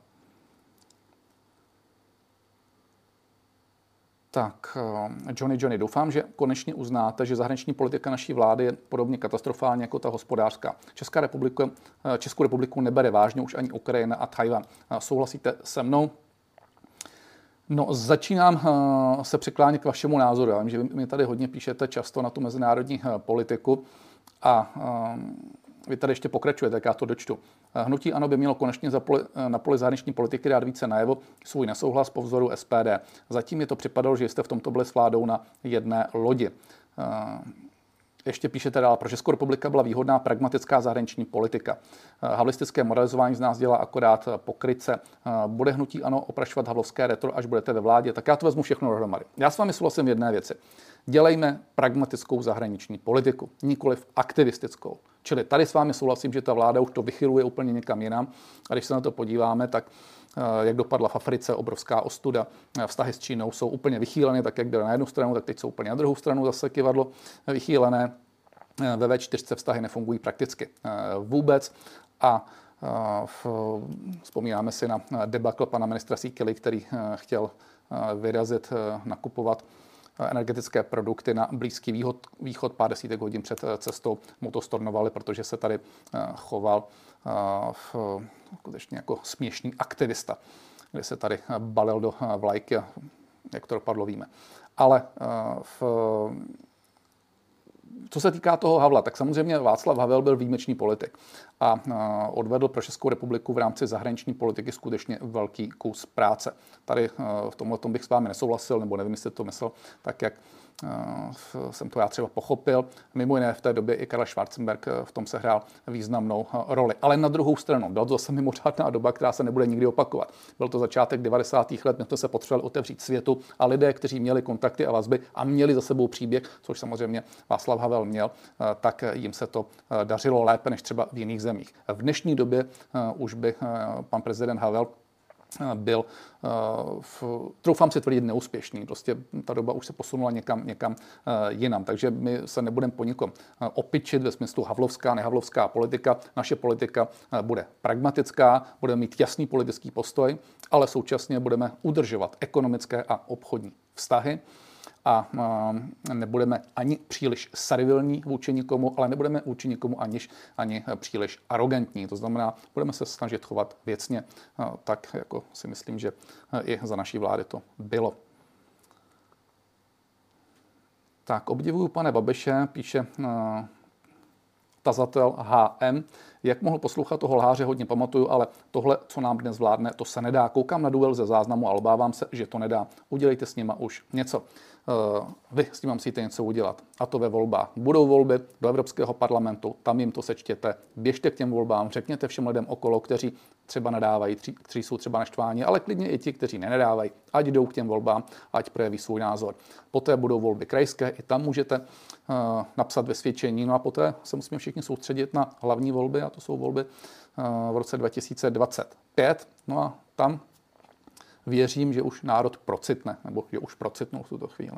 Tak, Johnny Johnny, doufám, že konečně uznáte, že zahraniční politika naší vlády je podobně katastrofální jako ta hospodářská. Česká republika, Českou republiku nebere vážně už ani Ukrajina a Tajvan. Souhlasíte se mnou? No, začínám se přiklánět k vašemu názoru. Já vím, že vy mi tady hodně píšete často na tu mezinárodní politiku a vy tady ještě pokračujete, tak já to dočtu. Hnutí ANO by mělo konečně za poli, na poli zahraniční politiky dát více najevo svůj nesouhlas po vzoru S P D. Zatím je to připadalo, že jste v tomto byli s vládou na jedné lodi. Ještě píšete dál, pro Českou republiku byla výhodná pragmatická zahraniční politika. Havlistické moralizování z nás dělá akorát pokrytce. Bude hnutí ANO oprašovat havlovské retro, až budete ve vládě? Tak já to vezmu všechno dohromady. Já s vámi souhlasím v jedné věci. Dělejme pragmatickou zahraniční politiku, nikoliv aktivistickou. Čili tady s vámi souhlasím, že ta vláda už to vychyluje úplně někam jinam. A když se na to podíváme, tak jak dopadla v Africe, obrovská ostuda, vztahy s Čínou jsou úplně vychýlené, tak jak byly na jednu stranu, tak teď jsou úplně na druhou stranu zase kyvadlo vychýlené. Ve vé čtyři vztahy nefungují prakticky vůbec a vzpomínáme si na debakl pana ministra Síkely, který chtěl vyrazit nakupovat energetické produkty na Blízký východ, východ pár desítek hodin před cestou mu to stornovali, protože se tady choval v, skutečně jako směšný aktivista, kde se tady balil do vlajky a jak to dopadlo, víme. Ale v, co se týká toho Havla, tak samozřejmě Václav Havel byl výjimečný politik a odvedl pro Českou republiku v rámci zahraniční politiky skutečně velký kus práce. Tady v tomhle tom bych s vámi nesouhlasil, nebo nevím, jestli to myslel tak, jak jsem to já třeba pochopil. Mimo jiné v té době i Karel Schwarzenberg v tom sehrál významnou roli. Ale na druhou stranu, byla to zase mimořádná doba, která se nebude nikdy opakovat. Byl to začátek devadesátých let, my jsme se potřebovali otevřít světu a lidé, kteří měli kontakty a vazby a měli za sebou příběh, což samozřejmě Václav Havel měl, tak jim se to dařilo lépe než třeba v jiných zemích. V dnešní době už by pan prezident Havel byl, v, troufám si tvrdit, neúspěšný. Prostě ta doba už se posunula někam, někam jinam. Takže my se nebudeme po nikom opičit ve smyslu havlovská, nehavlovská politika. Naše politika bude pragmatická, budeme mít jasný politický postoj, ale současně budeme udržovat ekonomické a obchodní vztahy. A nebudeme ani příliš servilní vůči nikomu, ale nebudeme vůči nikomu aniž, ani příliš arrogantní. To znamená, budeme se snažit chovat věcně, tak jako si myslím, že i za naší vlády to bylo. Tak, obdivuju pane Babiše, píše tazatel H M. Jak mohl poslouchat toho lháře, hodně pamatuju, ale tohle, co nám dnes vládne, to se nedá. Koukám na duel ze záznamu a obávám se, že to nedá. Udělejte s nima už něco. Uh, vy s tím musíte něco udělat. A to ve volbách. Budou volby do Evropského parlamentu, tam jim to sečtěte, běžte k těm volbám, řekněte všem lidem okolo, kteří třeba nadávají, kteří jsou třeba naštváni, ale klidně i ti, kteří nenadávají, ať jdou k těm volbám, ať projeví svůj názor. Poté budou volby krajské, i tam můžete uh, napsat vysvědčení, no a poté se musíme všichni soustředit na hlavní volby, a to jsou volby uh, v roce dva tisíce dvacet pět. No a tam věřím, že už národ procitne, nebo že už procitnou v tuto chvíli.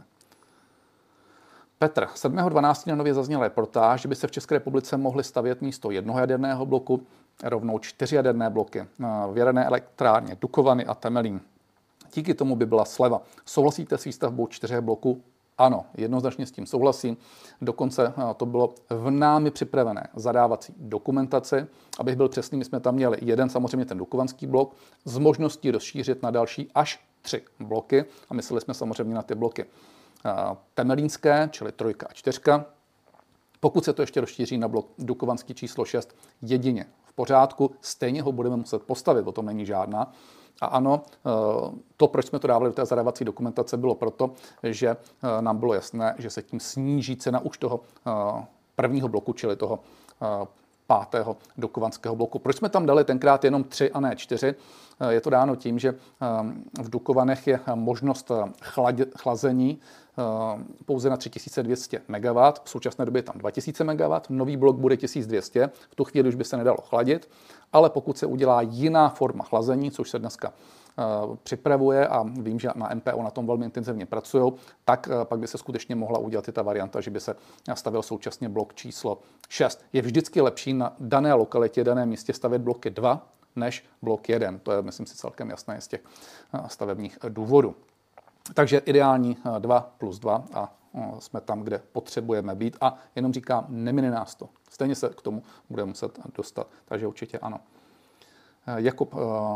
Petr, sedmého dvanáctého na Nově zazněl reportáž, že by se v České republice mohly stavět místo jednoho jaderného bloku rovnou čtyři jaderné bloky v jaderné elektrárně Dukovany a Temelín. Díky tomu by byla sleva. Souhlasíte s výstavbou čtyřech bloků? Ano, jednoznačně s tím souhlasím. Dokonce to bylo v námi připravené zadávací dokumentaci. Abych byl přesný, my jsme tam měli jeden, samozřejmě ten dukovanský blok, s možností rozšířit na další až tři bloky. A mysleli jsme samozřejmě na ty bloky temelínské, čili trojka a čtyřka. Pokud se to ještě rozšíří na blok dukovanský číslo šest, jedině v pořádku, stejně ho budeme muset postavit, o tom není žádná. A ano, to, proč jsme to dávali do té zadávací dokumentace, bylo proto, že nám bylo jasné, že se tím sníží cena už toho prvního bloku, čili toho pátého dukovanského bloku. Proč jsme tam dali tenkrát jenom tři a ne čtyři? Je to dáno tím, že v Dukovanech je možnost chlazení pouze na tři tisíce dvě stě megawattů, v současné době je tam dva tisíce megawattů, nový blok bude tisíc dvě stě, v tu chvíli už by se nedalo chladit, ale pokud se udělá jiná forma chlazení, což se dneska připravuje a vím, že na M P O na tom velmi intenzivně pracují, tak pak by se skutečně mohla udělat i ta varianta, že by se stavil současně blok číslo šest. Je vždycky lepší na dané lokalitě, daném místě stavět bloky dva než blok jeden. To je, myslím si, celkem jasné z těch stavebních důvodů. Takže ideální dva plus dva a jsme tam, kde potřebujeme být a jenom říkám, nemine nás to. Stejně se k tomu budeme muset dostat, takže určitě ano. Jakub,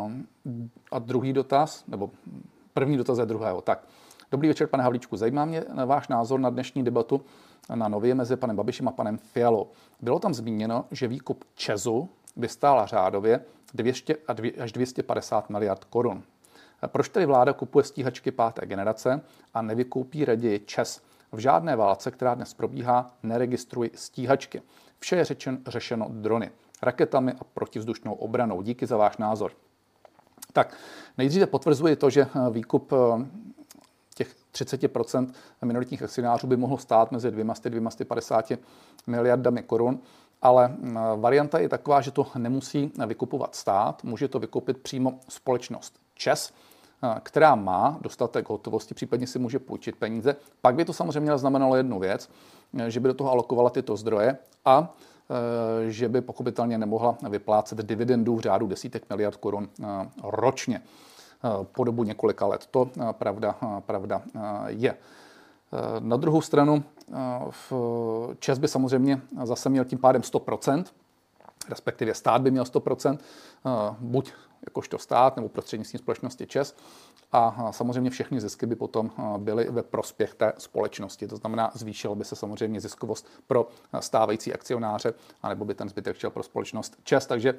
a druhý dotaz, nebo první dotaz je druhého. Tak, dobrý večer, pane Havlíčku. Zajímá mě váš názor na dnešní debatu na Nově mezi panem Babišem a panem Fialou. Bylo tam zmíněno, že výkup ČEZu by stál řádově dvě stě až dvě stě padesát miliard korun. Proč tedy vláda kupuje stíhačky páté generace a nevykoupí raději ČEZ? V žádné válce, která dnes probíhá, neregistrují stíhačky. Vše je řečen, řešeno drony, raketami a protivzdušnou obranou. Díky za váš názor. Tak, nejdříve potvrzuji to, že výkup těch třicet procent minoritních akcionářů by mohl stát mezi dvěma sty až dvěma sty padesáti miliardami korun, ale varianta je taková, že to nemusí vykupovat stát, může to vykoupit přímo společnost ČEZ, která má dostatek hotovosti, případně si může půjčit peníze. Pak by to samozřejmě znamenalo jednu věc, že by do toho alokovala tyto zdroje a že by pochopitelně nemohla vyplácet dividendu v řádu desítek miliard korun ročně po dobu několika let. To pravda, pravda je. Na druhou stranu v ČEZ by samozřejmě zase měl tím pádem sto procent, respektive stát by měl sto procent, buď jakožto stát nebo prostřednictvím společnosti ČEZ. A samozřejmě všechny zisky by potom byly ve prospěch té společnosti. To znamená, zvýšila by se samozřejmě ziskovost pro stávající akcionáře, anebo by ten zbytek šel pro společnost ČEZ. Takže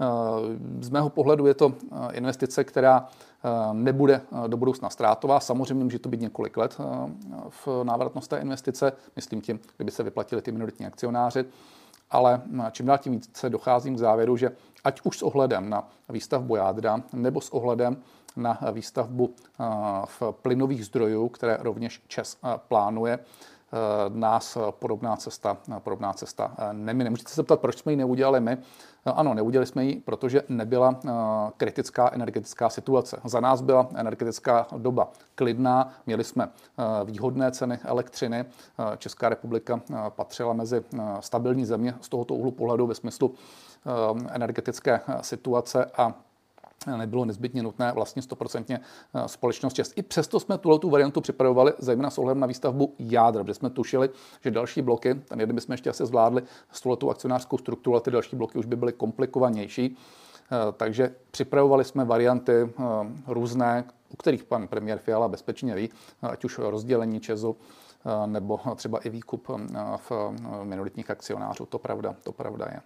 z mého pohledu je to investice, která nebude do budoucna ztrátová. Samozřejmě může to být několik let v návratnost té investice, myslím tím, kdyby se vyplatili ty minoritní akcionáři. Ale čím dál tím více docházím k závěru, že ať už s ohledem na výstavbu jádra nebo s ohledem na výstavbu v plynových zdrojů, které rovněž ČEZ plánuje, nás podobná cesta, podobná cesta nemine. Můžete se ptat, proč jsme ji neudělali my. Ano, neudělali jsme ji, protože nebyla kritická energetická situace. Za nás byla energetická doba klidná, měli jsme výhodné ceny elektřiny. Česká republika patřila mezi stabilní země z tohoto úhlu pohledu ve smyslu energetické situace a nebylo nezbytně nutné vlastně stoprocentně společnost ČEZ. I přesto jsme tuhletu variantu připravovali, zejména s ohledem na výstavbu jádra, kde jsme tušili, že další bloky, ten jeden bychom ještě asi zvládli s tuhletou akcionářskou strukturu, ale ty další bloky už by byly komplikovanější. Takže připravovali jsme varianty různé, u kterých pan premiér Fiala bezpečně ví, ať už rozdělení ČEZu, nebo třeba i výkup v minoritních akcionářů. To pravda, to pravda je.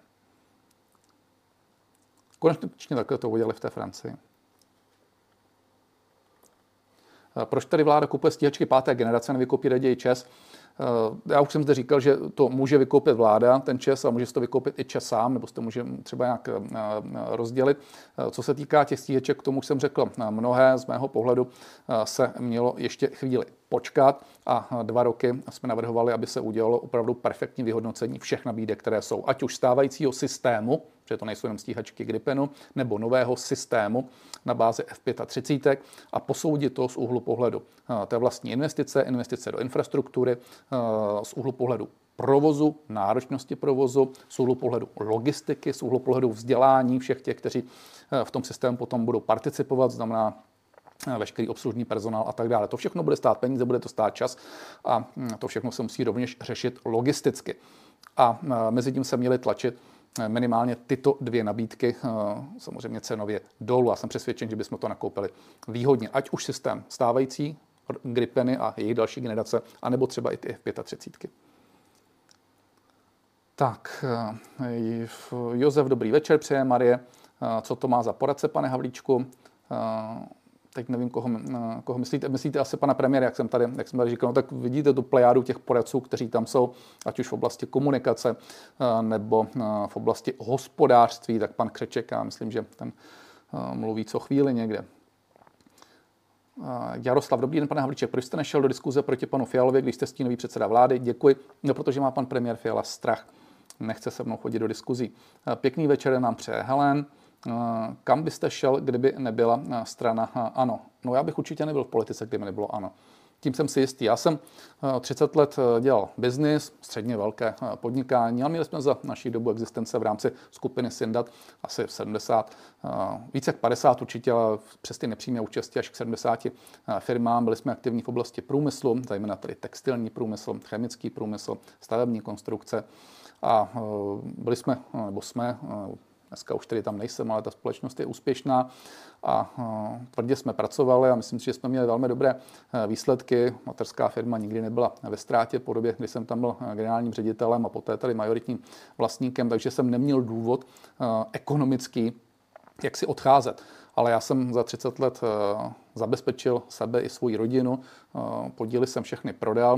Konečně takhle to udělali v té Francii. Proč tady vláda kupuje stíhačky páté generace, nevykoupí raději ČEZ? Já už jsem zde říkal, že to může vykoupit vláda, ten ČEZ, a může si to vykoupit i ČEZ sám, nebo si to může třeba nějak rozdělit. Co se týká těch stíhaček, k tomu jsem řekl mnohé. Z mého pohledu se mělo ještě chvíli počkat a dva roky jsme navrhovali, aby se udělalo opravdu perfektní vyhodnocení všech nabídek, které jsou, ať už stávajícího systému, protože to nejsou jenom stíhačky Gripenu, nebo nového systému na bázi F třicet pět a posoudit to z úhlu pohledu té vlastní investice, investice do infrastruktury, z úhlu pohledu provozu, náročnosti provozu, z úhlu pohledu logistiky, z úhlu pohledu vzdělání všech těch, kteří v tom systému potom budou participovat, znamená veškerý obslužný personál a tak dále. To všechno bude stát peníze, bude to stát čas a to všechno se musí rovněž řešit logisticky. A mezi tím se měly tlačit minimálně tyto dvě nabídky, samozřejmě cenově dolů. Já jsem přesvědčen, že bychom to nakoupili výhodně. Ať už systém stávající, Gripeny a jejich další generace, anebo třeba i ty F třicet pět. Tak, Josef, dobrý večer, přeje Marie. Co to má za poradce, pane Havlíčku? Teď nevím, koho, koho myslíte. Myslíte asi pana premiéra, jak jsem tady, jak jsem tady říkal. No, tak vidíte tu plejádu těch poradců, kteří tam jsou, ať už v oblasti komunikace nebo v oblasti hospodářství, tak pan Křeček, já myslím, že ten mluví co chvíli někde. Jaroslav, dobrý den, pane Havlíček. Proč jste nešel do diskuze proti panu Fialovi, když jste stínový předseda vlády? Děkuji. No, protože má pan premiér Fiala strach. Nechce se mnou chodit do diskuzí. Pěkný večer nám přeje Helen. Kam byste šel, kdyby nebyla strana ANO? No, já bych určitě nebyl v politice, kdyby nebylo ANO. Tím jsem si jistý. Já jsem třicet let dělal biznis, středně velké podnikání, ale měli jsme za naší dobu existence v rámci skupiny Syndat asi sedmdesát, více jak padesát určitě, ale přes ty nepřímé účasti až k sedmdesáti firmám. Byli jsme aktivní v oblasti průmyslu, zejména tedy textilní průmysl, chemický průmysl, stavební konstrukce a byli jsme, nebo jsme, dneska už tedy tam nejsem, ale ta společnost je úspěšná a tvrdě jsme pracovali a myslím si, že jsme měli velmi dobré výsledky. Mateřská firma nikdy nebyla ve ztrátě po době, kdy jsem tam byl generálním ředitelem a poté tady majoritním vlastníkem, takže jsem neměl důvod ekonomický, jak si odcházet. Ale já jsem za třicet let zabezpečil sebe i svou rodinu, podíly jsem všechny prodal,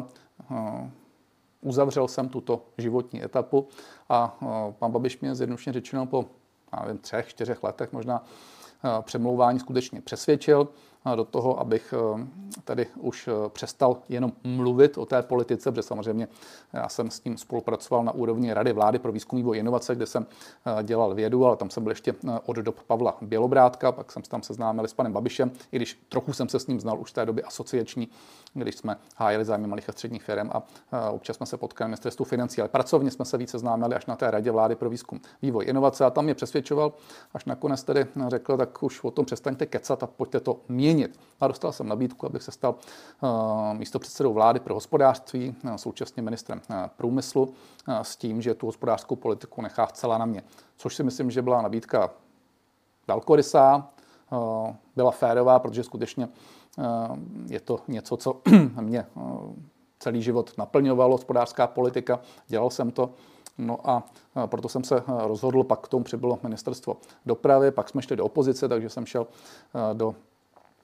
uzavřel jsem tuto životní etapu a pan Babiš mě zjednodušeně řečeno po já nevím, třech, čtyřech letech možná přemlouvání skutečně přesvědčil do toho, abych tady už přestal jenom mluvit o té politice, protože samozřejmě já jsem s tím spolupracoval na úrovni Rady vlády pro výzkum, vývoj a inovace, kde jsem dělal vědu, ale tam jsem byl ještě od dob Pavla Bělobrádka, pak jsem se tam seznámil s panem Babišem, i když trochu jsem se s ním znal už v té době asociační, když jsme hájili zájmy malých a středních firm a občas jsme se potkali na ministerstvu financí, ale pracovně jsme se více seznámili až na té Radě vlády pro výzkum, vývoj a inovace a tam mě přesvědčoval, až nakonec tedy řekl, tak už o tom přestaňte kecat a pojďte to měnit. A dostal jsem nabídku, abych se stal uh, místopředsedou vlády pro hospodářství, uh, současně ministrem uh, průmyslu, uh, s tím, že tu hospodářskou politiku nechá zcela na mě. Což si myslím, že byla nabídka velkorysá, uh, byla férová, protože skutečně uh, je to něco, co mě uh, celý život naplňovalo, hospodářská politika, dělal jsem to. No a proto jsem se rozhodl, pak k tomu přibylo ministerstvo dopravy, pak jsme šli do opozice, takže jsem šel do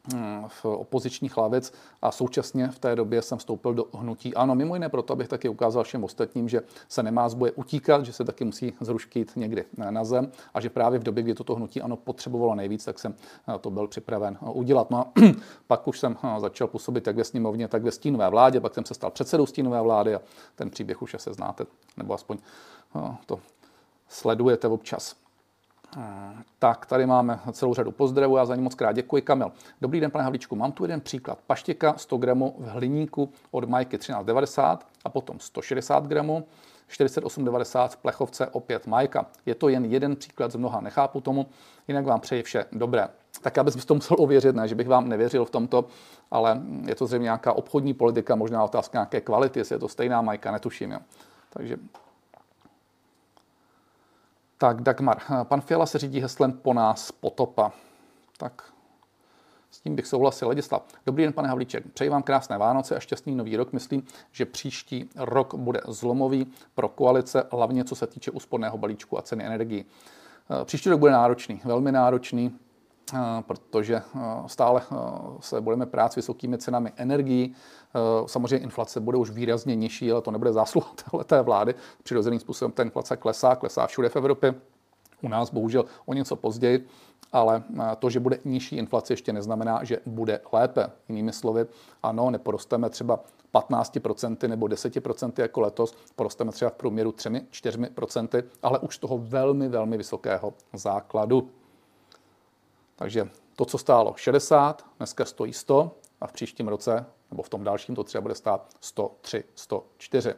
v opozičních lavic a současně v té době jsem vstoupil do hnutí ANO. Mimo jiné proto, abych taky ukázal všem ostatním, že se nemá z boje utíkat, že se taky musí z rušky jít někdy na zem a že právě v době, kdy toto hnutí ANO potřebovalo nejvíc, tak jsem to byl připraven udělat. No a pak už jsem začal působit jak ve sněmovně, tak ve stínové vládě, pak jsem se stal předsedou stínové vlády a ten příběh už asi znáte, nebo aspoň to sledujete občas. Tak, tady máme celou řadu pozdravů, já za ní moc krát děkuji. Kamil. Dobrý den, pane Havlíčku, mám tu jeden příklad. Paštěka sto gramů v hliníku od Majky třináct devadesát a potom sto šedesát gramů, čtyřicet osm devadesát v plechovce opět Majka. Je to jen jeden příklad z mnoha, nechápu tomu, jinak vám přeji vše dobré. Tak já bych to musel ověřit, ne, že bych vám nevěřil v tomto, ale je to zřejmě nějaká obchodní politika, možná otázka nějaké kvality, jestli je to stejná Majka, netuším. Jo. Takže tak, Dagmar. Pan Fiala se řídí heslem po nás potopa. Tak s tím bych souhlasil. Ladislav. Dobrý den, pane Havlíček. Přeji vám krásné Vánoce a šťastný nový rok. Myslím, že příští rok bude zlomový pro koalice, hlavně co se týče úsporného balíčku a ceny energií. Příští rok bude náročný, velmi náročný, protože stále se budeme prát s vysokými cenami energií. Samozřejmě inflace bude už výrazně nižší, ale to nebude zásluha téhleté vlády. Přirozeným způsobem ta inflace klesá, klesá všude v Evropě. U nás bohužel o něco později, ale to, že bude nižší inflace, ještě neznamená, že bude lépe. Jinými slovy, ano, neporosteme třeba patnáct procent nebo deset procent jako letos, porosteme třeba v průměru tři až čtyři procenta, ale už z toho velmi, velmi vysokého základu. Takže to, co stálo šedesát, dneska stojí sto a v příštím roce, nebo v tom dalším, to třeba bude stát sto tři, sto čtyři.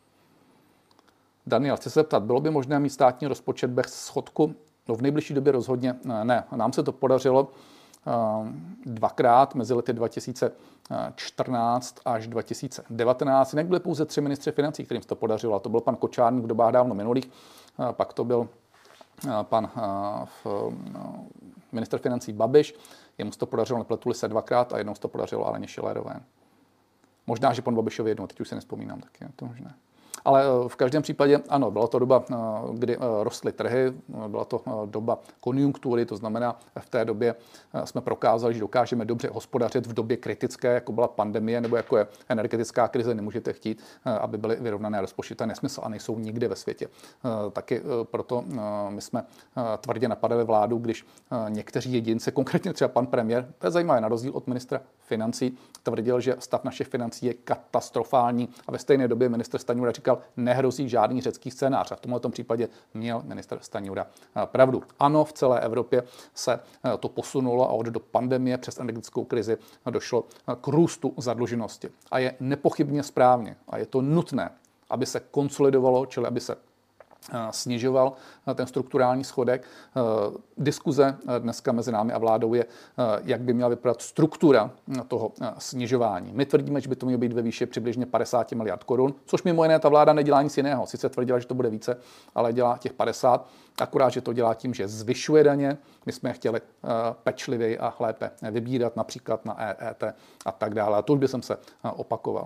Daniel, chci se zeptat, bylo by možné mít státní rozpočet bez schodku? No v nejbližší době rozhodně ne. Nám se to podařilo dvakrát mezi lety dva tisíce čtrnáct až dva tisíce devatenáct. Jinak byly pouze tři ministři financí, kterým se to podařilo. A to byl pan Kočárník v dobách dávno minulých, pak to byl pan ministr financí Babiš, jemu se to podařilo, nepletuli se dvakrát a jednou se to podařilo Aleně Schillerové. Možná, že pan Babišovi jednou, teď už se nevzpomínám, tak je to možné. Ale v každém případě ano, byla to doba, kdy rostly trhy, byla to doba konjunktury, to znamená, v té době jsme prokázali, že dokážeme dobře hospodařit v době kritické, jako byla pandemie nebo jako je energetická krize, nemůžete chtít, aby byly vyrovnané rozpočty. To je nesmysl a nejsou nikde ve světě. Taky proto my jsme tvrdě napadali vládu, když někteří jedinci, konkrétně třeba pan premiér, to je zajímavé, na rozdíl od ministra financí, tvrdil, že stav našich financí je katastrofální a ve stejné době ministr Stanjura říkal, nehrozí žádný řecký scénář. A v tomto případě měl ministr Stanjura pravdu. Ano, v celé Evropě se to posunulo a od do pandemie přes energetickou krizi došlo k růstu zadluženosti. A je nepochybně správně a je to nutné, aby se konsolidovalo, čili aby se snižoval ten strukturální schodek. Diskuze dneska mezi námi a vládou je, jak by měla vypadat struktura toho snižování. My tvrdíme, že by to mělo být ve výši přibližně padesát miliard korun, což mimo jiné ta vláda nedělá nic jiného. Sice tvrdila, že to bude více, ale dělá těch padesát, akorát, že to dělá tím, že zvyšuje daně. My jsme je chtěli pečlivěji a lépe vybírat, například na E E T a tak dále. A to už by jsem se opakoval.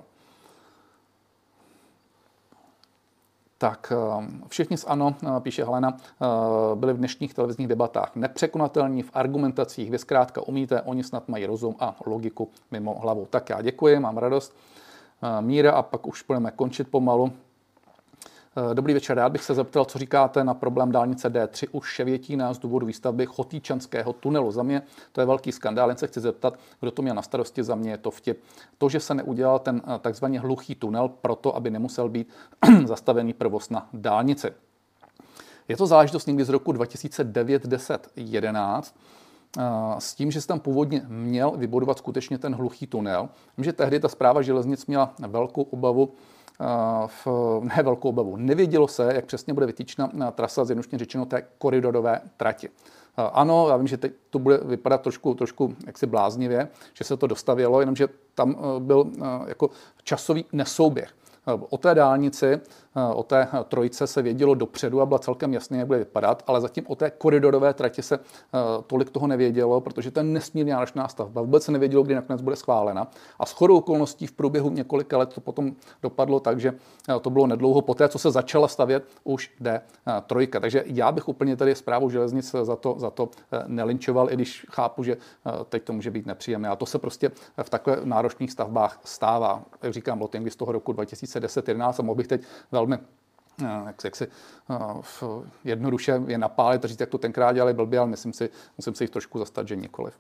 Tak všichni z ANO, píše Helena, byli v dnešních televizních debatách nepřekonatelní v argumentacích. Vy zkrátka umíte, oni snad mají rozum a logiku mimo hlavu. Tak já děkuji, mám radost. Míra a pak už budeme končit pomalu. Dobrý večer, rád bych se zeptal, co říkáte na problém dálnice D tři u Ševětína z důvodu výstavby Chotýčanského tunelu. Za mě to je velký skandál, jen se chci zeptat, kdo to měl na starosti, za mě je to vtip. To, že se neudělal ten takzvaně hluchý tunel proto, aby nemusel být zastavený provoz na dálnici. Je to záležitost někdy z roku dva tisíce devět, deset, jedenáct, s tím, že se tam původně měl vybudovat skutečně ten hluchý tunel. Vím, že tehdy ta správa železnic měla velkou obavu, v, ne velkou obavu. Nevědělo se, jak přesně bude vytyčena trasa, zjednodušeně řečeno té koridorové trati. Ano, já vím, že teď to bude vypadat trošku, trošku jaksi bláznivě, že se to dostavělo, jenomže tam byl jako časový nesouběh. O té dálnici, o té trojce se vědělo dopředu a byla celkem jasně, jak bude vypadat, ale zatím o té koridorové trati se tolik toho nevědělo, protože to je nesmírně náročná stavba. Vůbec se nevědělo, kdy nakonec bude schválena. A shodou okolností v průběhu několika let to potom dopadlo tak, že to bylo nedlouho poté, co se začala stavět už D tři. Takže já bych úplně tady Správu železnic za to, za to nelinčoval, i když chápu, že teď to může být nepříjemné. A to se prostě v takové náročných stavbách stává. Jak říkám, bylo to z toho roku dva tisíce deset jedenáct a mohl bych teď velmi jak, jak si uh, jednoduše je napálit a říct, jak to tenkrát dělali blbě, ale myslím si, musím se jich trošku zastat, že nikoliv.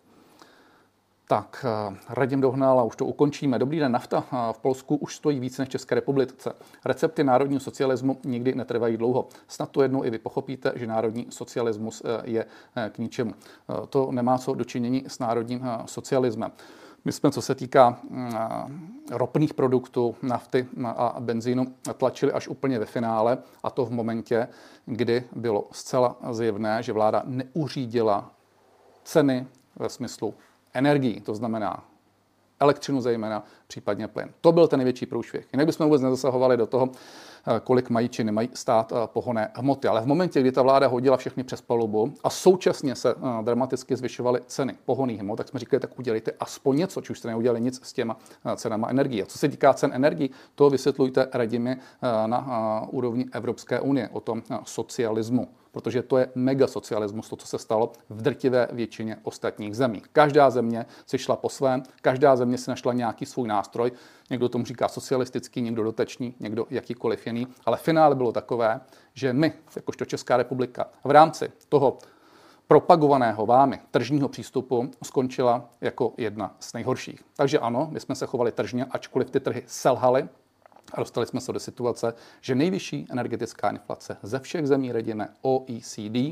Tak, Radim Dohnal a už to ukončíme. Dobrý den, nafta v Polsku už stojí více než v České republice. Recepty národního socialismu nikdy netrvají dlouho. Snad to jednou i vy pochopíte, že národní socialismus je k ničemu. To nemá co dočinění s národním socialismem. My jsme, co se týká ropných produktů, nafty a benzínu, tlačili až úplně ve finále, a to v momentě, kdy bylo zcela zjevné, že vláda neuřídila ceny ve smyslu energií, to znamená elektřinu zejména, případně plyn. To byl ten největší průšvih. Jinak bychom vůbec nezasahovali do toho, kolik mají či nemají stát pohonné hmoty. Ale v momentě, kdy ta vláda hodila všechny přes palubu a současně se dramaticky zvyšovaly ceny pohonných hmot, tak jsme říkali, tak udělejte aspoň něco, či už jste neudělali nic s těma cenama energií. A co se týká cen energií, to vysvětlujte radimi na úrovni Evropské unie o tom socialismu. Protože to je megasocialismus, to, co se stalo v drtivé většině ostatních zemí. Každá země si šla po svém, každá země si našla nějaký svůj nástroj, někdo tomu říká socialistický, někdo dotační, někdo jakýkoliv jiný, ale finále bylo takové, že my, jakožto Česká republika, v rámci toho propagovaného vámi tržního přístupu skončila jako jedna z nejhorších. Takže ano, my jsme se chovali tržně, ačkoliv ty trhy selhaly, a dostali jsme se do situace, že nejvyšší energetická inflace ze všech zemí rodiny O E C D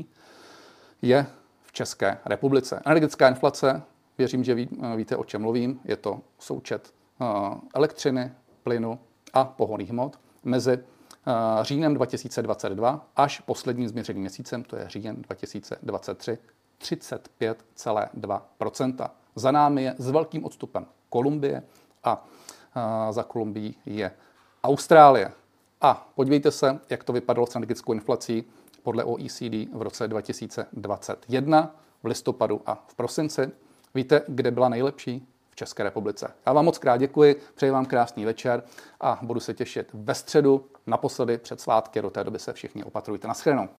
je v České republice. Energetická inflace, věřím, že ví, víte, o čem mluvím, je to součet elektřiny, plynu a pohonných hmot mezi říjnem dva tisíce dvacet dva až posledním změřeným měsícem, to je říjen dva tisíce dvacet tři, třicet pět celá dva procenta. Za námi je s velkým odstupem Kolumbie a za Kolumbií je Austrálie. A podívejte se, jak to vypadalo s energetickou inflací podle O E C D v roce dva tisíce dvacet jedna, v listopadu a v prosinci. Víte, kde byla nejlepší? V České republice. Já vám moc krát děkuji, přeji vám krásný večer a budu se těšit ve středu naposledy před svátky. Do té doby se všichni opatrujte. Naschledanou.